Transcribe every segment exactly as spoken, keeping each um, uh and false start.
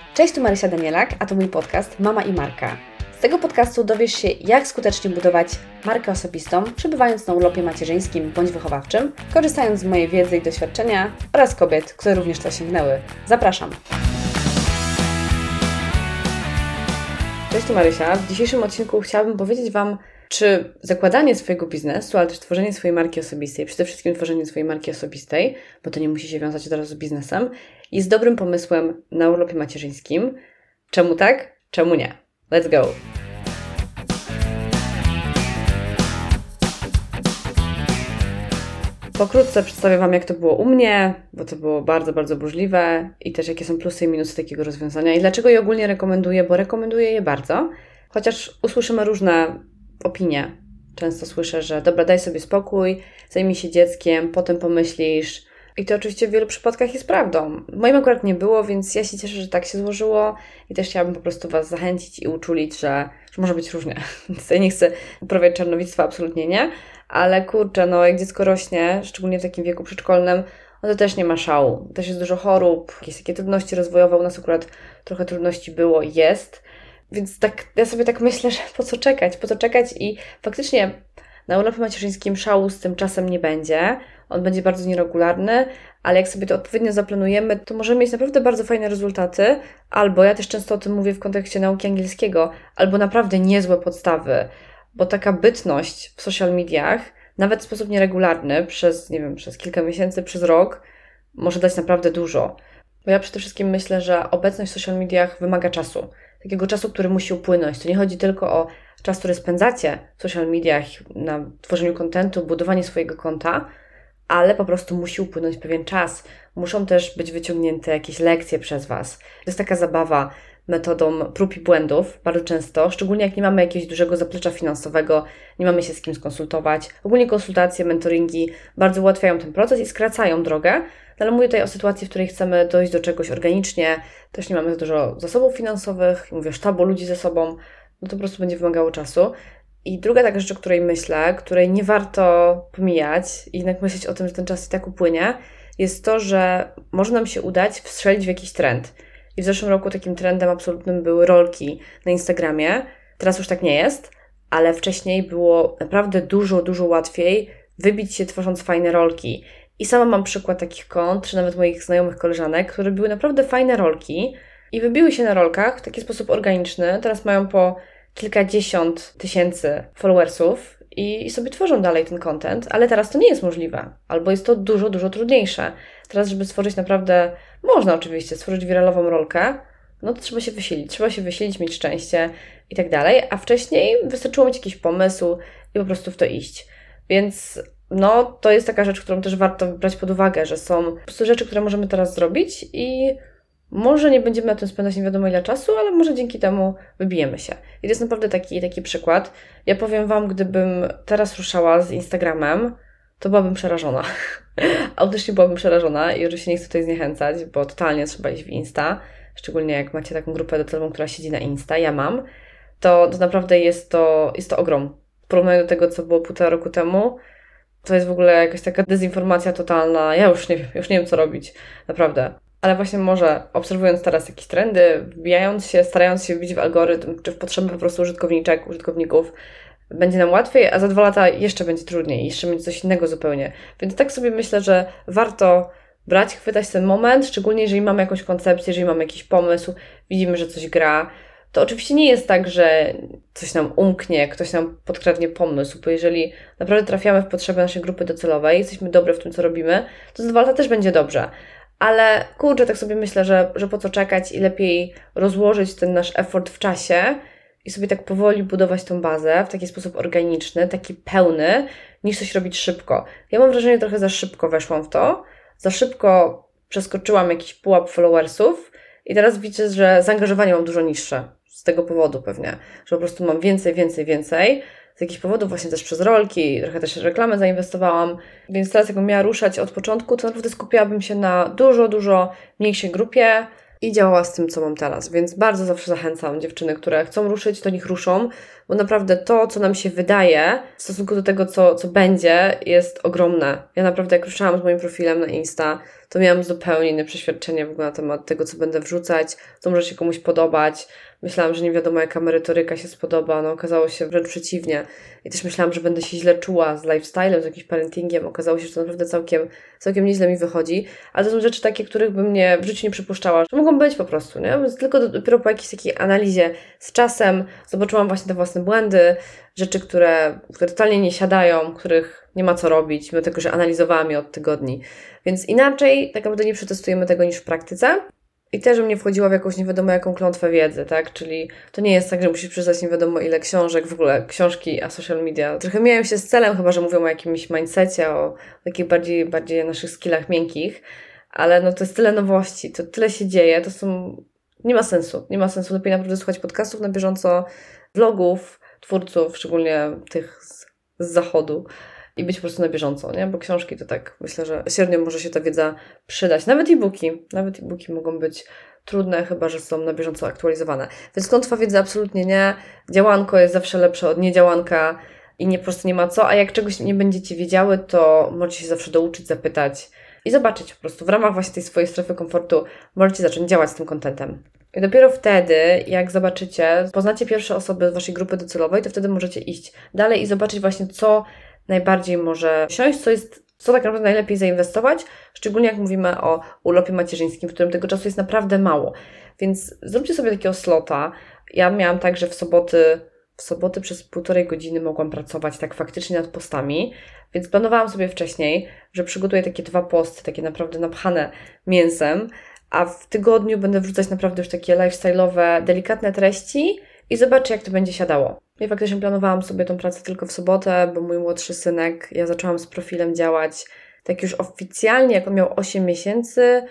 Cześć, tu Marysia Danielak, a to mój podcast Mama i Marka. Z tego podcastu dowiesz się, jak skutecznie budować markę osobistą, przebywając na urlopie macierzyńskim bądź wychowawczym, korzystając z mojej wiedzy i doświadczenia oraz kobiet, które również to osiągnęły. Zapraszam! Cześć, tu Marysia. W dzisiejszym odcinku chciałabym powiedzieć Wam, czy zakładanie swojego biznesu, ale też tworzenie swojej marki osobistej, przede wszystkim tworzenie swojej marki osobistej, bo to nie musi się wiązać od razu z biznesem, jest dobrym pomysłem na urlopie macierzyńskim. Czemu tak? Czemu nie? Let's go! Pokrótce przedstawię Wam, jak to było u mnie, bo to było bardzo, bardzo burzliwe i też jakie są plusy i minusy takiego rozwiązania i dlaczego je ogólnie rekomenduję, bo rekomenduję je bardzo, chociaż usłyszymy różne opinie. Często słyszę, że dobra, daj sobie spokój, zajmij się dzieckiem, potem pomyślisz. I to oczywiście w wielu przypadkach jest prawdą. W moim akurat nie było, więc ja się cieszę, że tak się złożyło i też chciałabym po prostu Was zachęcić i uczulić, że, że może być różnie. Ja nie chcę uprawiać czarnowictwa, absolutnie nie, ale kurczę, no jak dziecko rośnie, szczególnie w takim wieku przedszkolnym, no to też nie ma szału. Też jest dużo chorób, jakieś takie trudności rozwojowe. U nas akurat trochę trudności było i jest. Więc tak, ja sobie tak myślę, że po co czekać, po co czekać i faktycznie na urlopie macierzyńskim szału z tym czasem nie będzie. On będzie bardzo nieregularny, ale jak sobie to odpowiednio zaplanujemy, to możemy mieć naprawdę bardzo fajne rezultaty, albo, ja też często o tym mówię w kontekście nauki angielskiego, albo naprawdę niezłe podstawy, bo taka bytność w social mediach, nawet w sposób nieregularny, przez, nie wiem, przez kilka miesięcy, przez rok, może dać naprawdę dużo. Bo ja przede wszystkim myślę, że obecność w social mediach wymaga czasu. Takiego czasu, który musi upłynąć. To nie chodzi tylko o czas, który spędzacie w social mediach, na tworzeniu kontentu, budowanie swojego konta, ale po prostu musi upłynąć pewien czas. Muszą też być wyciągnięte jakieś lekcje przez Was. To jest taka zabawa metodą prób i błędów bardzo często, szczególnie jak nie mamy jakiegoś dużego zaplecza finansowego, nie mamy się z kim skonsultować. Ogólnie konsultacje, mentoringi bardzo ułatwiają ten proces i skracają drogę, no ale mówię tutaj o sytuacji, w której chcemy dojść do czegoś organicznie, też nie mamy za dużo zasobów finansowych, mówię sztabu ludzi ze sobą, no to po prostu będzie wymagało czasu. I druga taka rzecz, o której myślę, której nie warto pomijać i jednak myśleć o tym, że ten czas i tak upłynie, jest to, że może nam się udać wstrzelić w jakiś trend. I w zeszłym roku takim trendem absolutnym były rolki na Instagramie. Teraz już tak nie jest, ale wcześniej było naprawdę dużo, dużo łatwiej wybić się tworząc fajne rolki. I sama mam przykład takich kont, czy nawet moich znajomych koleżanek, które były naprawdę fajne rolki i wybiły się na rolkach w taki sposób organiczny. Teraz mają po kilkadziesiąt tysięcy followersów i, i sobie tworzą dalej ten content, ale teraz to nie jest możliwe, albo jest to dużo, dużo trudniejsze. Teraz, żeby stworzyć naprawdę, można oczywiście stworzyć wiralową rolkę, no to trzeba się wysilić, trzeba się wysilić, mieć szczęście i tak dalej, a wcześniej wystarczyło mieć jakiś pomysł i po prostu w to iść. Więc no, to jest taka rzecz, którą też warto brać pod uwagę, że są po prostu rzeczy, które możemy teraz zrobić i może nie będziemy na tym spędzać nie wiadomo ile czasu, ale może dzięki temu wybijemy się. I to jest naprawdę taki, taki przykład. Ja powiem Wam, gdybym teraz ruszała z Instagramem, to byłabym przerażona. Autentycznie byłabym przerażona i oczywiście nie chcę tutaj zniechęcać, bo totalnie trzeba iść w Insta, szczególnie jak macie taką grupę docelową, która siedzi na Insta, ja mam, to, to naprawdę jest to, jest to ogrom. W porównaniu do tego, co było półtora roku temu, to jest w ogóle jakaś taka dezinformacja totalna. Ja już nie wiem, już nie wiem co robić. Naprawdę. Ale właśnie może obserwując teraz jakieś trendy, wbijając się, starając się wbić w algorytm, czy w potrzeby po prostu użytkowniczek, użytkowników, będzie nam łatwiej, a za dwa lata jeszcze będzie trudniej, jeszcze będzie coś innego zupełnie. Więc tak sobie myślę, że warto brać, chwytać ten moment, szczególnie jeżeli mamy jakąś koncepcję, jeżeli mamy jakiś pomysł, widzimy, że coś gra. To oczywiście nie jest tak, że coś nam umknie, ktoś nam podkradnie pomysł, bo jeżeli naprawdę trafiamy w potrzeby naszej grupy docelowej, jesteśmy dobre w tym, co robimy, to za dwa lata też będzie dobrze. Ale kurczę, tak sobie myślę, że, że po co czekać i lepiej rozłożyć ten nasz effort w czasie i sobie tak powoli budować tą bazę w taki sposób organiczny, taki pełny, niż coś robić szybko. Ja mam wrażenie, że trochę za szybko weszłam w to, za szybko przeskoczyłam jakiś pułap followersów i teraz widzę, że zaangażowanie mam dużo niższe z tego powodu pewnie, że po prostu mam więcej, więcej, więcej. Z jakichś powodów właśnie też przez rolki, trochę też reklamę zainwestowałam, więc teraz jakbym miała ruszać od początku, to naprawdę skupiałabym się na dużo, dużo mniejszej grupie i działała z tym, co mam teraz, więc bardzo zawsze zachęcam dziewczyny, które chcą ruszyć, to niech ruszą, bo naprawdę to, co nam się wydaje w stosunku do tego, co, co będzie, jest ogromne. Ja naprawdę jak ruszałam z moim profilem na Insta, to miałam zupełnie inne przeświadczenie w ogóle na temat tego, co będę wrzucać, co może się komuś podobać. Myślałam, że nie wiadomo, jaka merytoryka się spodoba, no okazało się wręcz przeciwnie. I też myślałam, że będę się źle czuła z lifestylem, z jakimś parentingiem. Okazało się, że to naprawdę całkiem, całkiem nieźle mi wychodzi. Ale to są rzeczy takie, których bym mnie w życiu nie przypuszczała, że mogą być po prostu, nie? Więc tylko dopiero po jakiejś takiej analizie z czasem zobaczyłam właśnie te własne błędy, rzeczy, które, które totalnie nie siadają, których nie ma co robić, mimo tego, że analizowałam je od tygodni. Więc inaczej tak naprawdę nie przetestujemy tego niż w praktyce. I też, żebym nie wchodziła w jakąś nie wiadomo jaką klątwę wiedzy, tak? Czyli to nie jest tak, że musisz przeczytać nie wiadomo ile książek, w ogóle książki, a social media trochę mijają się z celem, chyba że mówią o jakimś mindsetie, o takich bardziej, bardziej naszych skillach miękkich, ale no to jest tyle nowości, to tyle się dzieje, to są... Nie ma sensu, nie ma sensu. Lepiej naprawdę słuchać podcastów na bieżąco, vlogów, twórców, szczególnie tych z, z zachodu i być po prostu na bieżąco, nie? Bo książki to tak, myślę, że średnio może się ta wiedza przydać. Nawet e-booki, nawet e-booki mogą być trudne, chyba że są na bieżąco aktualizowane. Więc klątwa wiedzy absolutnie nie. Działanko jest zawsze lepsze od niedziałanka i nie, po prostu nie ma co, a jak czegoś nie będziecie wiedziały, to możecie się zawsze douczyć, zapytać i zobaczyć po prostu w ramach właśnie tej swojej strefy komfortu możecie zacząć działać z tym contentem. I dopiero wtedy, jak zobaczycie, poznacie pierwsze osoby z waszej grupy docelowej, to wtedy możecie iść dalej i zobaczyć właśnie, co najbardziej może siąść, co jest, co tak naprawdę najlepiej zainwestować, szczególnie jak mówimy o urlopie macierzyńskim, w którym tego czasu jest naprawdę mało. Więc zróbcie sobie takiego slota. Ja miałam tak, że w soboty, w soboty przez półtorej godziny mogłam pracować tak faktycznie nad postami, więc planowałam sobie wcześniej, że przygotuję takie dwa posty, takie naprawdę napchane mięsem, a w tygodniu będę wrzucać naprawdę już takie lifestyle'owe, delikatne treści i zobaczę, jak to będzie siadało. Ja faktycznie planowałam sobie tą pracę tylko w sobotę, bo mój młodszy synek, ja zaczęłam z profilem działać tak już oficjalnie, jak on miał osiem miesięcy,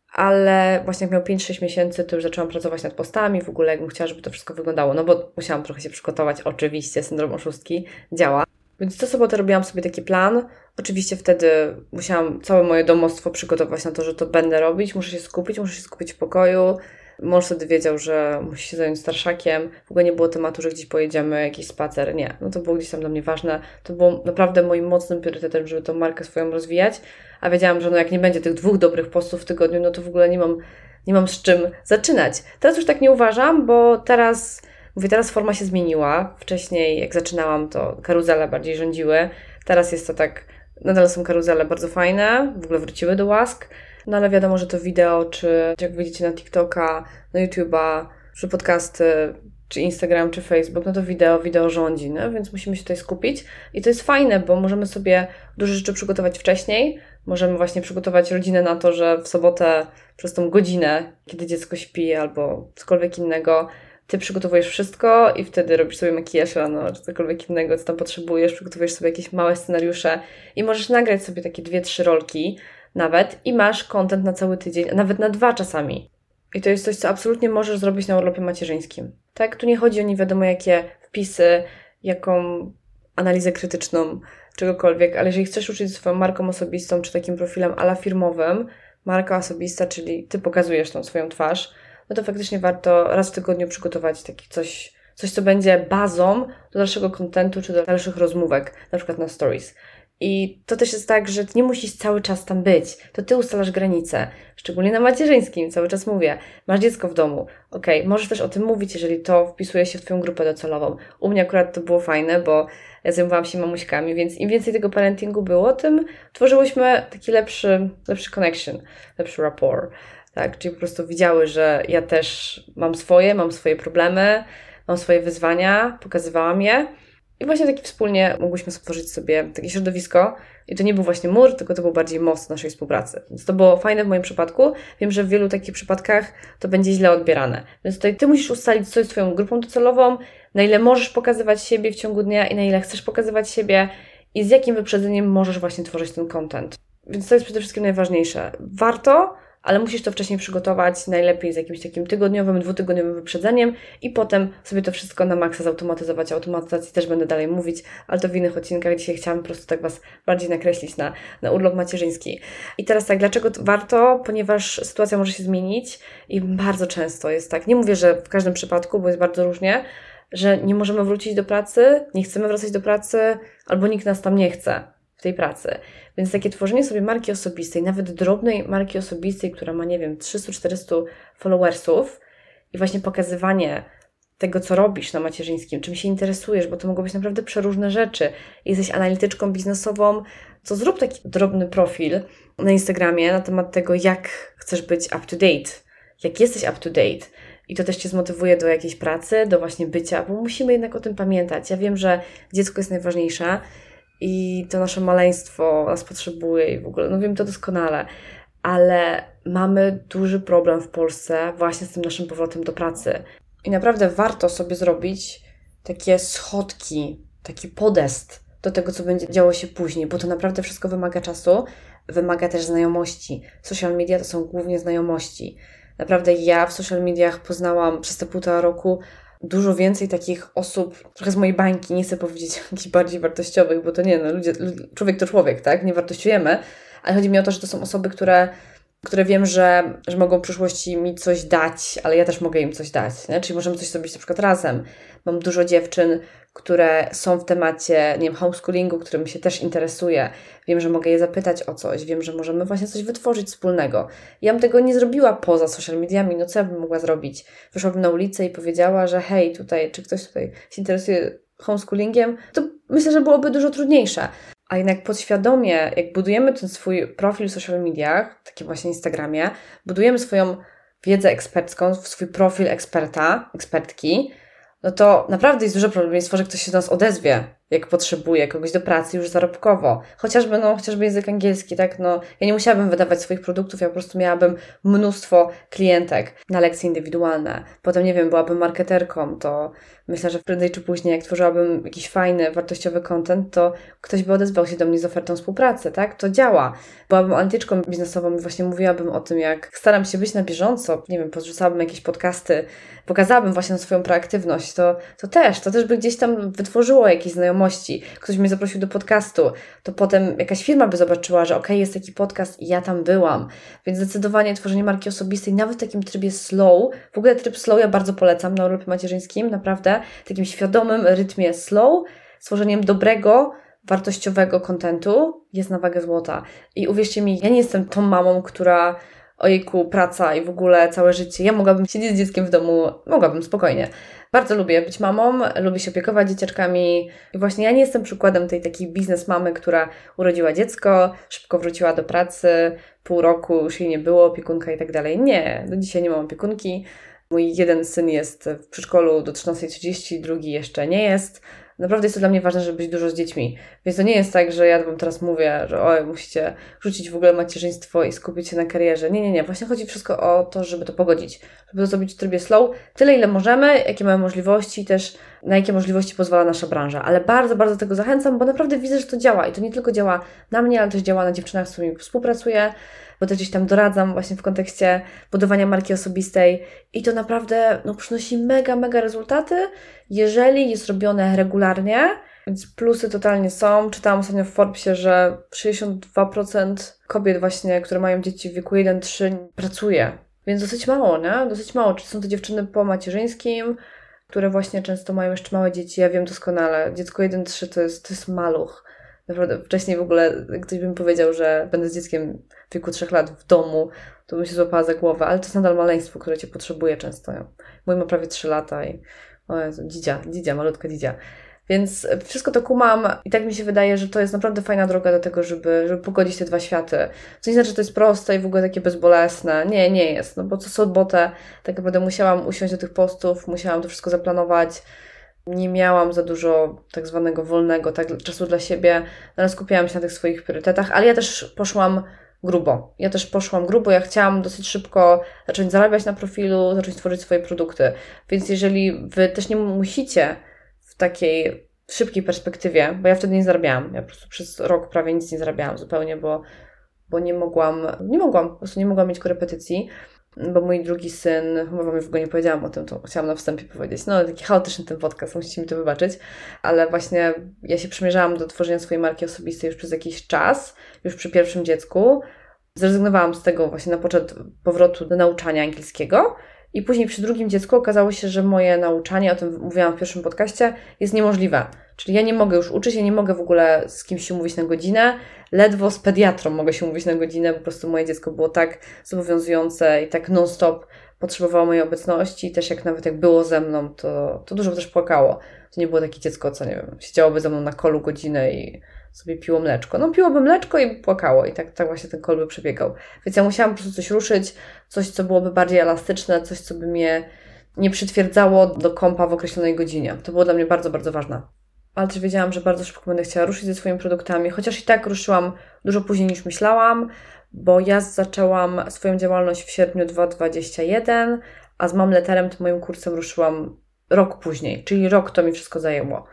ale właśnie jak miał pięć sześć miesięcy, to już zaczęłam pracować nad postami, w ogóle jakbym chciała, żeby to wszystko wyglądało, no bo musiałam trochę się przygotować, oczywiście, syndrom oszustki działa. Więc co sobotę robiłam sobie taki plan. Oczywiście wtedy musiałam całe moje domostwo przygotować na to, że to będę robić. Muszę się skupić, muszę się skupić w pokoju. Mąż wtedy wiedział, że musi się zająć starszakiem. W ogóle nie było tematu, że gdzieś pojedziemy, jakiś spacer. Nie, no to było gdzieś tam dla mnie ważne. To było naprawdę moim mocnym priorytetem, żeby tą markę swoją rozwijać. A wiedziałam, że no jak nie będzie tych dwóch dobrych postów w tygodniu, no to w ogóle nie mam, nie mam z czym zaczynać. Teraz już tak nie uważam, bo teraz... Mówię, teraz forma się zmieniła. Wcześniej, jak zaczynałam, to karuzele bardziej rządziły. Teraz jest to tak, nadal są karuzele bardzo fajne, w ogóle wróciły do łask. No ale wiadomo, że to wideo, czy jak wyjdziecie na TikToka, na YouTube'a, czy podcasty, czy Instagram, czy Facebook, no to wideo, wideo rządzi, no? Więc musimy się tutaj skupić. I to jest fajne, bo możemy sobie dużo rzeczy przygotować wcześniej. Możemy właśnie przygotować rodzinę na to, że w sobotę przez tą godzinę, kiedy dziecko śpi albo cokolwiek innego, Ty przygotowujesz wszystko i wtedy robisz sobie makijaż rano, czy cokolwiek innego, co tam potrzebujesz, przygotowujesz sobie jakieś małe scenariusze i możesz nagrać sobie takie dwie, trzy rolki nawet i masz content na cały tydzień, a nawet na dwa czasami. I to jest coś, co absolutnie możesz zrobić na urlopie macierzyńskim. Tak? Tu nie chodzi o nie wiadomo jakie wpisy, jaką analizę krytyczną, czegokolwiek, ale jeżeli chcesz uczyć swoją marką osobistą, czy takim profilem ala firmowym, marka osobista, czyli Ty pokazujesz tą swoją twarz, no to faktycznie warto raz w tygodniu przygotować taki coś, coś, co będzie bazą do dalszego kontentu, czy do dalszych rozmówek, na przykład na stories. I to też jest tak, że Ty nie musisz cały czas tam być. To Ty ustalasz granice. Szczególnie na macierzyńskim, cały czas mówię. Masz dziecko w domu. Okej, okay, możesz też o tym mówić, jeżeli to wpisuje się w Twoją grupę docelową. U mnie akurat to było fajne, bo ja zajmowałam się mamuśkami, więc im więcej tego parentingu było, tym tworzyłyśmy taki lepszy, lepszy connection, lepszy rapport. Tak, czyli po prostu widziały, że ja też mam swoje, mam swoje problemy, mam swoje wyzwania, pokazywałam je i właśnie taki wspólnie mogłyśmy stworzyć sobie takie środowisko i to nie był właśnie mur, tylko to był bardziej most naszej współpracy. Więc to było fajne w moim przypadku. Wiem, że w wielu takich przypadkach to będzie źle odbierane. Więc tutaj Ty musisz ustalić, co jest Twoją grupą docelową, na ile możesz pokazywać siebie w ciągu dnia i na ile chcesz pokazywać siebie i z jakim wyprzedzeniem możesz właśnie tworzyć ten content. Więc to jest przede wszystkim najważniejsze. Warto, ale musisz to wcześniej przygotować, najlepiej z jakimś takim tygodniowym, dwutygodniowym wyprzedzeniem i potem sobie to wszystko na maksa zautomatyzować. O automatyzacji też będę dalej mówić, ale to w innych odcinkach. Dzisiaj chciałam po prostu tak Was bardziej nakreślić na, na urlop macierzyński. I teraz tak, dlaczego to warto? Ponieważ sytuacja może się zmienić i bardzo często jest tak, nie mówię, że w każdym przypadku, bo jest bardzo różnie, że nie możemy wrócić do pracy, nie chcemy wracać do pracy albo nikt nas tam nie chce. w tej pracy. Więc takie tworzenie sobie marki osobistej, nawet drobnej marki osobistej, która ma, nie wiem, trzysta czterysta followersów i właśnie pokazywanie tego, co robisz na macierzyńskim, czym się interesujesz, bo to mogą być naprawdę przeróżne rzeczy. Jesteś analityczką biznesową, to zrób taki drobny profil na Instagramie na temat tego, jak chcesz być up to date, jak jesteś up to date. I to też Cię zmotywuje do jakiejś pracy, do właśnie bycia, bo musimy jednak o tym pamiętać. Ja wiem, że dziecko jest najważniejsze i to nasze maleństwo nas potrzebuje i w ogóle, no wiem to doskonale, ale mamy duży problem w Polsce właśnie z tym naszym powrotem do pracy. I naprawdę warto sobie zrobić takie schodki, taki podest do tego, co będzie działo się później, bo to naprawdę wszystko wymaga czasu, wymaga też znajomości. Social media to są głównie znajomości. Naprawdę ja w social mediach poznałam przez te półtora roku dużo więcej takich osób, trochę z mojej bańki, nie chcę powiedzieć jakichś bardziej wartościowych, bo to nie, no ludzie, człowiek to człowiek, tak? Nie wartościujemy, ale chodzi mi o to, że to są osoby, które które wiem, że, że mogą w przyszłości mi coś dać, ale ja też mogę im coś dać, nie? Czyli możemy coś zrobić na przykład razem. Mam dużo dziewczyn, które są w temacie, nie wiem, homeschoolingu, którym się też interesuje. Wiem, że mogę je zapytać o coś, wiem, że możemy właśnie coś wytworzyć wspólnego. Ja bym tego nie zrobiła poza social mediami, no co ja bym mogła zrobić? Wyszłabym na ulicę i powiedziała, że hej, tutaj, czy ktoś tutaj się interesuje homeschoolingiem, to myślę, że byłoby dużo trudniejsze. A jednak podświadomie, jak budujemy ten swój profil w social mediach, takim właśnie Instagramie, budujemy swoją wiedzę ekspercką, swój profil eksperta, ekspertki, no to naprawdę jest duże prawdopodobieństwo, że ktoś się do nas odezwie, jak potrzebuje kogoś do pracy już zarobkowo. Chociażby, no, chociażby język angielski, tak? No, ja nie musiałabym wydawać swoich produktów, ja po prostu miałabym mnóstwo klientek na lekcje indywidualne. Potem, nie wiem, byłabym marketerką, to myślę, że prędzej czy później, jak tworzyłabym jakiś fajny, wartościowy content, to ktoś by odezwał się do mnie z ofertą współpracy, tak? To działa. Byłabym analityczką biznesową i właśnie mówiłabym o tym, jak staram się być na bieżąco, nie wiem, podrzucałabym jakieś podcasty, pokazałabym właśnie swoją proaktywność, to, to też, to też by gdzieś tam wytworzyło jakieś znajomości. Ktoś mnie zaprosił do podcastu, to potem jakaś firma by zobaczyła, że okej, okay, jest taki podcast i ja tam byłam. Więc zdecydowanie tworzenie marki osobistej, nawet w takim trybie slow, w ogóle tryb slow ja bardzo polecam na urlopie macierzyńskim, naprawdę, w takim świadomym rytmie slow, stworzeniem dobrego, wartościowego kontentu jest na wagę złota. I uwierzcie mi, ja nie jestem tą mamą, która ojejku, praca i w ogóle całe życie. Ja mogłabym siedzieć z dzieckiem w domu, mogłabym spokojnie. Bardzo lubię być mamą, lubię się opiekować dzieciaczkami i właśnie ja nie jestem przykładem tej takiej biznes mamy, która urodziła dziecko, szybko wróciła do pracy, pół roku już jej nie było, opiekunka i tak dalej. Nie, do dzisiaj nie mam opiekunki. Mój jeden syn jest w przedszkolu do trzynastej trzydzieści, drugi jeszcze nie jest. Naprawdę jest to dla mnie ważne, żeby być dużo z dziećmi. Więc to nie jest tak, że ja Wam teraz mówię, że oj, musicie rzucić w ogóle macierzyństwo i skupić się na karierze. Nie, nie, nie. Właśnie chodzi wszystko o to, żeby to pogodzić. Żeby to zrobić w trybie slow. Tyle, ile możemy, jakie mamy możliwości, też na jakie możliwości pozwala nasza branża. Ale bardzo, bardzo do tego zachęcam, bo naprawdę widzę, że to działa. I to nie tylko działa na mnie, ale też działa na dziewczynach, z którymi współpracuję, bo też gdzieś tam doradzam właśnie w kontekście budowania marki osobistej i to naprawdę no, przynosi mega, mega rezultaty, jeżeli jest robione regularnie, więc plusy totalnie są. Czytałam ostatnio w Forbesie, że sześćdziesiąt dwa procent kobiet właśnie, które mają dzieci w wieku jeden trzy pracuje, więc dosyć mało, nie? Dosyć mało. Czy są to dziewczyny po macierzyńskim, które właśnie często mają jeszcze małe dzieci, ja wiem doskonale, dziecko jeden trzy to jest, to jest maluch. Naprawdę wcześniej w ogóle ktoś by mi powiedział, że będę z dzieckiem w wieku trzech lat w domu, to bym się złapała za głowę, ale to jest nadal maleństwo, które Cię potrzebuje często. Mój ma prawie trzy lata i o Jezu, dzidzia, dzidzia, malutka dzidzia. Więc wszystko to kumam i tak mi się wydaje, że to jest naprawdę fajna droga do tego, żeby, żeby pogodzić te dwa światy. Co nie znaczy, że to jest proste i w ogóle takie bezbolesne. Nie, nie jest, no bo co sobotę tak naprawdę musiałam usiąść do tych postów, musiałam to wszystko zaplanować. Nie miałam za dużo tak zwanego wolnego tak, czasu dla siebie, ale skupiałam się na tych swoich priorytetach, ale ja też poszłam grubo. Ja też poszłam grubo, ja chciałam dosyć szybko zacząć zarabiać na profilu, zacząć tworzyć swoje produkty. Więc jeżeli Wy też nie musicie w takiej szybkiej perspektywie, bo ja wtedy nie zarabiałam, ja po prostu przez rok prawie nic nie zarabiałam zupełnie, bo, bo nie mogłam, nie mogłam, po prostu nie mogłam mieć korepetycji, bo mój drugi syn, chyba Wam w ogóle nie powiedziałam o tym, to chciałam na wstępie powiedzieć, no taki chaotyczny ten podcast, musicie mi to wybaczyć, ale właśnie ja się przymierzałam do tworzenia swojej marki osobistej już przez jakiś czas, już przy pierwszym dziecku, zrezygnowałam z tego właśnie na poczet powrotu do nauczania angielskiego i później przy drugim dziecku okazało się, że moje nauczanie, o tym mówiłam w pierwszym podcaście, jest niemożliwe. Czyli ja nie mogę już uczyć, ja nie mogę w ogóle z kimś się umówić na godzinę, ledwo z pediatrą mogę się umówić na godzinę, po prostu moje dziecko było tak zobowiązujące i tak non-stop potrzebowało mojej obecności i też jak nawet jak było ze mną, to, to dużo też płakało. To nie było takie dziecko, co nie wiem, siedziałoby ze mną na kolu godzinę i sobie piło mleczko. No piłoby mleczko i płakało i tak, tak właśnie ten kol by przebiegał. Więc ja musiałam po prostu coś ruszyć, coś, co byłoby bardziej elastyczne, coś, co by mnie nie przytwierdzało do kąpa w określonej godzinie. To było dla mnie bardzo, bardzo ważne. Ale też wiedziałam, że bardzo szybko będę chciała ruszyć ze swoimi produktami, chociaż i tak ruszyłam dużo później niż myślałam, bo ja zaczęłam swoją działalność w sierpniu dwa tysiące dwudziestym pierwszym, a z Momletterem, tym moim kursem, ruszyłam rok później, czyli rok to mi wszystko zajęło.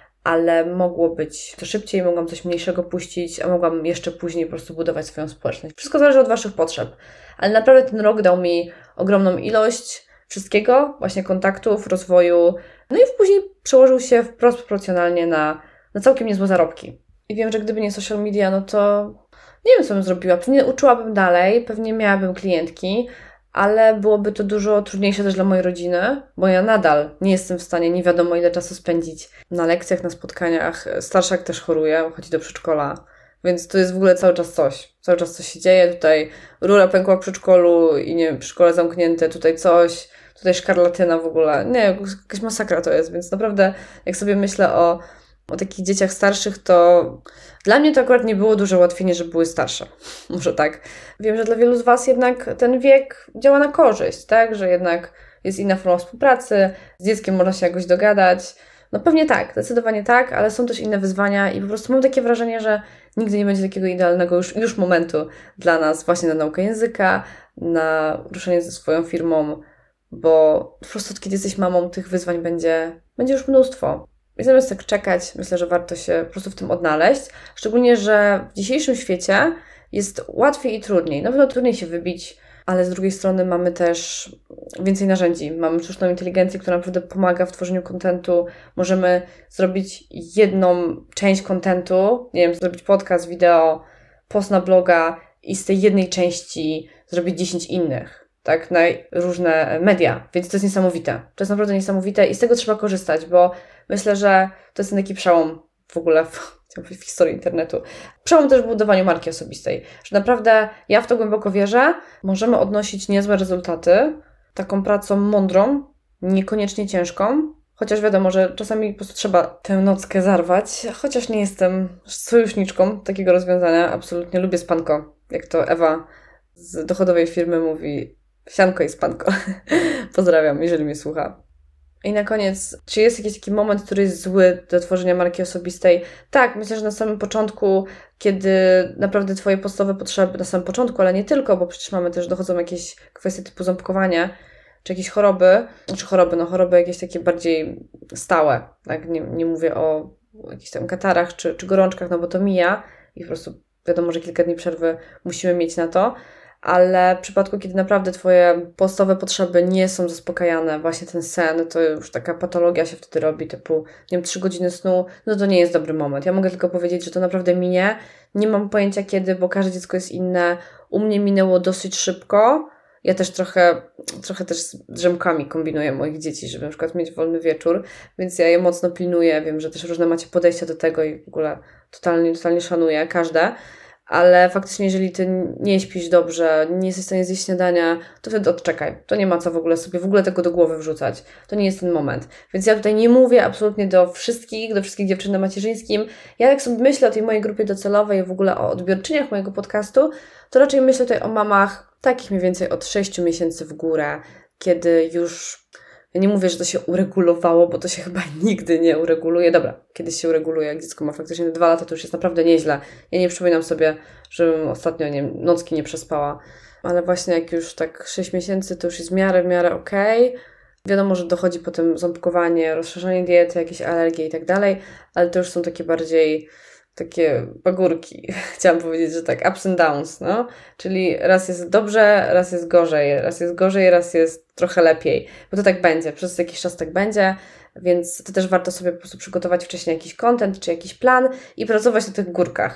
Ale mogło być to szybciej, mogłam coś mniejszego puścić, a mogłam jeszcze później po prostu budować swoją społeczność. Wszystko zależy od Waszych potrzeb. Ale naprawdę ten rok dał mi ogromną ilość wszystkiego, właśnie kontaktów, rozwoju, no i później przełożył się wprost proporcjonalnie na, na całkiem niezłe zarobki. I wiem, że gdyby nie social media, no to nie wiem, co bym zrobiła. Pewnie uczyłabym dalej, pewnie miałabym klientki, ale byłoby to dużo trudniejsze też dla mojej rodziny, bo ja nadal nie jestem w stanie nie wiadomo ile czasu spędzić na lekcjach, na spotkaniach. Starszak też choruje, chodzi do przedszkola, więc to jest w ogóle cały czas coś. Cały czas coś się dzieje, tutaj rura pękła w przedszkolu i nie wiem, przedszkole zamknięte, tutaj coś, tutaj szkarlatyna w ogóle. Nie, jakaś masakra to jest, więc naprawdę jak sobie myślę o, o takich dzieciach starszych, to dla mnie to akurat nie było duże ułatwienie, że były starsze. Może tak. Wiem, że dla wielu z Was jednak ten wiek działa na korzyść, tak? Że jednak jest inna forma współpracy, z dzieckiem można się jakoś dogadać. No pewnie tak, zdecydowanie tak, ale są też inne wyzwania i po prostu mam takie wrażenie, że nigdy nie będzie takiego idealnego już, już momentu dla nas właśnie na naukę języka, na ruszenie ze swoją firmą, bo po prostu kiedy jesteś mamą, tych wyzwań będzie, będzie już mnóstwo. I zamiast tak czekać, myślę, że warto się po prostu w tym odnaleźć. Szczególnie, że w dzisiejszym świecie jest łatwiej i trudniej. Na pewno trudniej się wybić, ale z drugiej strony mamy też więcej narzędzi. Mamy sztuczną inteligencję, która naprawdę pomaga w tworzeniu kontentu. Możemy zrobić jedną część kontentu, nie wiem, zrobić podcast, wideo, post na bloga i z tej jednej części zrobić dziesięć innych. Tak, na różne media, więc to jest niesamowite. To jest naprawdę niesamowite i z tego trzeba korzystać, bo myślę, że to jest ten taki przełom w ogóle w, w historii internetu. Przełom też w budowaniu marki osobistej, że naprawdę ja w to głęboko wierzę, możemy odnosić niezłe rezultaty taką pracą mądrą, niekoniecznie ciężką, chociaż wiadomo, że czasami po prostu trzeba tę nockę zarwać, chociaż nie jestem sojuszniczką takiego rozwiązania, absolutnie lubię spanko, jak to Ewa z dochodowej firmy mówi, sianko i spanko. Pozdrawiam, jeżeli mnie słucha. I na koniec, czy jest jakiś taki moment, który jest zły do tworzenia marki osobistej? Tak, myślę, że na samym początku, kiedy naprawdę Twoje podstawowe potrzeby, na samym początku, ale nie tylko, bo przecież mamy też, dochodzą jakieś kwestie typu ząbkowania, czy jakieś choroby, czy choroby, no choroby jakieś takie bardziej stałe, tak? Nie, nie mówię o jakichś tam katarach, czy, czy gorączkach, no bo to mija i po prostu wiadomo, że kilka dni przerwy musimy mieć na to, ale w przypadku, kiedy naprawdę Twoje podstawowe potrzeby nie są zaspokajane, właśnie ten sen, to już taka patologia się wtedy robi, typu, nie wiem, trzy godziny snu, no to nie jest dobry moment. Ja mogę tylko powiedzieć, że to naprawdę minie. Nie mam pojęcia kiedy, bo każde dziecko jest inne. U mnie minęło dosyć szybko. Ja też trochę, trochę też z drzemkami kombinuję moich dzieci, żeby na przykład mieć wolny wieczór, więc ja je mocno pilnuję. Wiem, że też różne macie podejścia do tego i w ogóle totalnie, totalnie szanuję każde. Ale faktycznie, jeżeli Ty nie śpisz dobrze, nie jesteś w stanie zjeść śniadania, to wtedy odczekaj. To nie ma co w ogóle sobie w ogóle tego do głowy wrzucać. To nie jest ten moment. Więc ja tutaj nie mówię absolutnie do wszystkich, do wszystkich dziewczyn na macierzyńskim. Ja jak sobie myślę o tej mojej grupie docelowej, w ogóle o odbiorczyniach mojego podcastu, to raczej myślę tutaj o mamach takich mniej więcej od sześciu miesięcy w górę, kiedy już... Ja nie mówię, że to się uregulowało, bo to się chyba nigdy nie ureguluje. Dobra, kiedyś się ureguluje, jak dziecko ma faktycznie dwa lata, to już jest naprawdę nieźle. Ja nie przypominam sobie, żebym ostatnio, nie wiem, nocki nie przespała. Ale właśnie jak już tak sześć miesięcy, to już jest w miarę, w miarę okej. Okay. Wiadomo, że dochodzi potem ząbkowanie, rozszerzanie diety, jakieś alergie i tak dalej, ale to już są takie bardziej... takie pagórki, chciałam powiedzieć, że tak, ups and downs, no, czyli raz jest dobrze, raz jest gorzej, raz jest gorzej, raz jest trochę lepiej, bo to tak będzie, przez jakiś czas tak będzie, więc to też warto sobie po prostu przygotować wcześniej jakiś content, czy jakiś plan i pracować na tych górkach,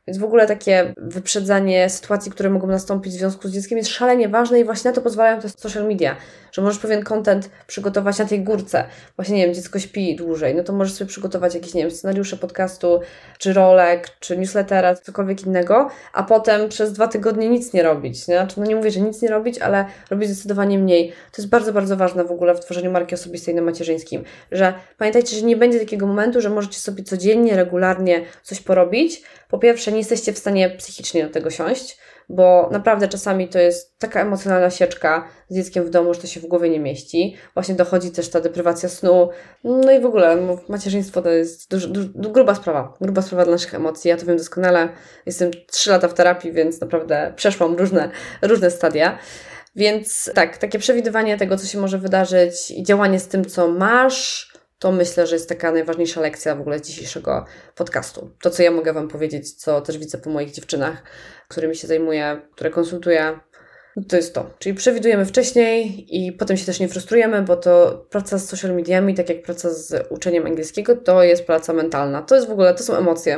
Więc w ogóle takie wyprzedzanie sytuacji, które mogą nastąpić w związku z dzieckiem jest szalenie ważne i właśnie na to pozwalają te social media, że możesz pewien content przygotować na tej górce. Właśnie, nie wiem, dziecko śpi dłużej, no to możesz sobie przygotować jakieś, nie wiem, scenariusze podcastu, czy rolek, czy newslettera, cokolwiek innego, a potem przez dwa tygodnie nic nie robić, nie? Znaczy, no nie mówię, że nic nie robić, ale robić zdecydowanie mniej. To jest bardzo, bardzo ważne w ogóle w tworzeniu marki osobistej na macierzyńskim, że pamiętajcie, że nie będzie takiego momentu, że możecie sobie codziennie, regularnie coś porobić. Po pierwsze, nie jesteście w stanie psychicznie do tego siąść, bo naprawdę czasami to jest taka emocjonalna sieczka z dzieckiem w domu, że to się w głowie nie mieści. Właśnie dochodzi też ta deprywacja snu. No i w ogóle no, macierzyństwo to jest duż, duż, gruba sprawa. Gruba sprawa dla naszych emocji. Ja to wiem doskonale. Jestem trzy lata w terapii, więc naprawdę przeszłam różne, różne stadia. Więc tak, takie przewidywanie tego, co się może wydarzyć i działanie z tym, co masz, to myślę, że jest taka najważniejsza lekcja w ogóle dzisiejszego podcastu. To, co ja mogę Wam powiedzieć, co też widzę po moich dziewczynach, którymi się zajmuję, które konsultuję, to jest to. Czyli przewidujemy wcześniej i potem się też nie frustrujemy, bo to praca z social mediami, tak jak praca z uczeniem angielskiego, to jest praca mentalna. To jest w ogóle, to są emocje.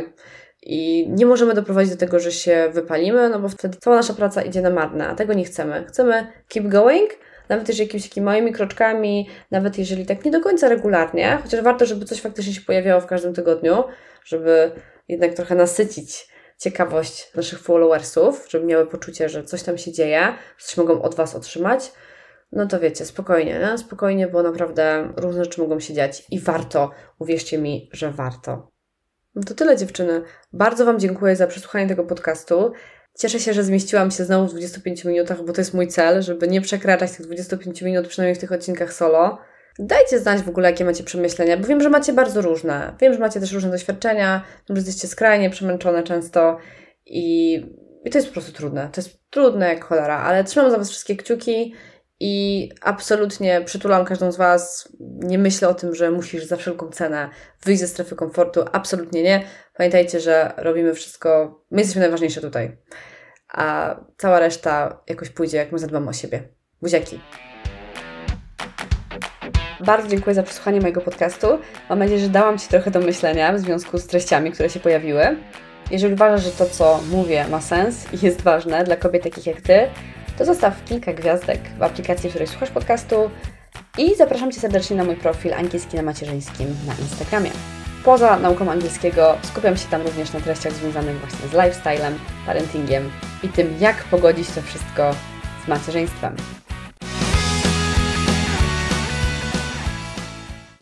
I nie możemy doprowadzić do tego, że się wypalimy, no bo wtedy cała nasza praca idzie na marne, a tego nie chcemy. Chcemy keep going, nawet jeżeli jakimiś takimi małymi kroczkami, nawet jeżeli tak nie do końca regularnie, chociaż warto, żeby coś faktycznie się pojawiało w każdym tygodniu, żeby jednak trochę nasycić ciekawość naszych followersów, żeby miały poczucie, że coś tam się dzieje, że coś mogą od Was otrzymać. No to wiecie, spokojnie, nie? Spokojnie, bo naprawdę różne rzeczy mogą się dziać i warto, uwierzcie mi, że warto. No to tyle, dziewczyny. Bardzo Wam dziękuję za przesłuchanie tego podcastu. Cieszę się, że zmieściłam się znowu w dwudziestu pięciu minutach, bo to jest mój cel, żeby nie przekraczać tych dwudziestu pięciu minut, przynajmniej w tych odcinkach solo. Dajcie znać w ogóle, jakie macie przemyślenia, bo wiem, że macie bardzo różne. Wiem, że macie też różne doświadczenia, wiem, że jesteście skrajnie przemęczone często i, i to jest po prostu trudne. To jest trudne jak cholera, ale trzymam za Was wszystkie kciuki i absolutnie przytulam każdą z Was. Nie myślę o tym, że musisz za wszelką cenę wyjść ze strefy komfortu. Absolutnie nie. Pamiętajcie, że robimy wszystko, my jesteśmy najważniejsze tutaj, a cała reszta jakoś pójdzie, jak my zadbamy o siebie. Buziaki. Bardzo dziękuję za przesłuchanie mojego podcastu. Mam nadzieję, że dałam Ci trochę do myślenia w związku z treściami, które się pojawiły. Jeżeli uważasz, że to, co mówię, ma sens i jest ważne dla kobiet takich jak Ty, to zostaw kilka gwiazdek w aplikacji, w której słuchasz podcastu i zapraszam Cię serdecznie na mój profil Angielski na macierzyńskim na Instagramie. Poza nauką angielskiego skupiam się tam również na treściach związanych właśnie z lifestylem, parentingiem i tym, jak pogodzić to wszystko z macierzyństwem.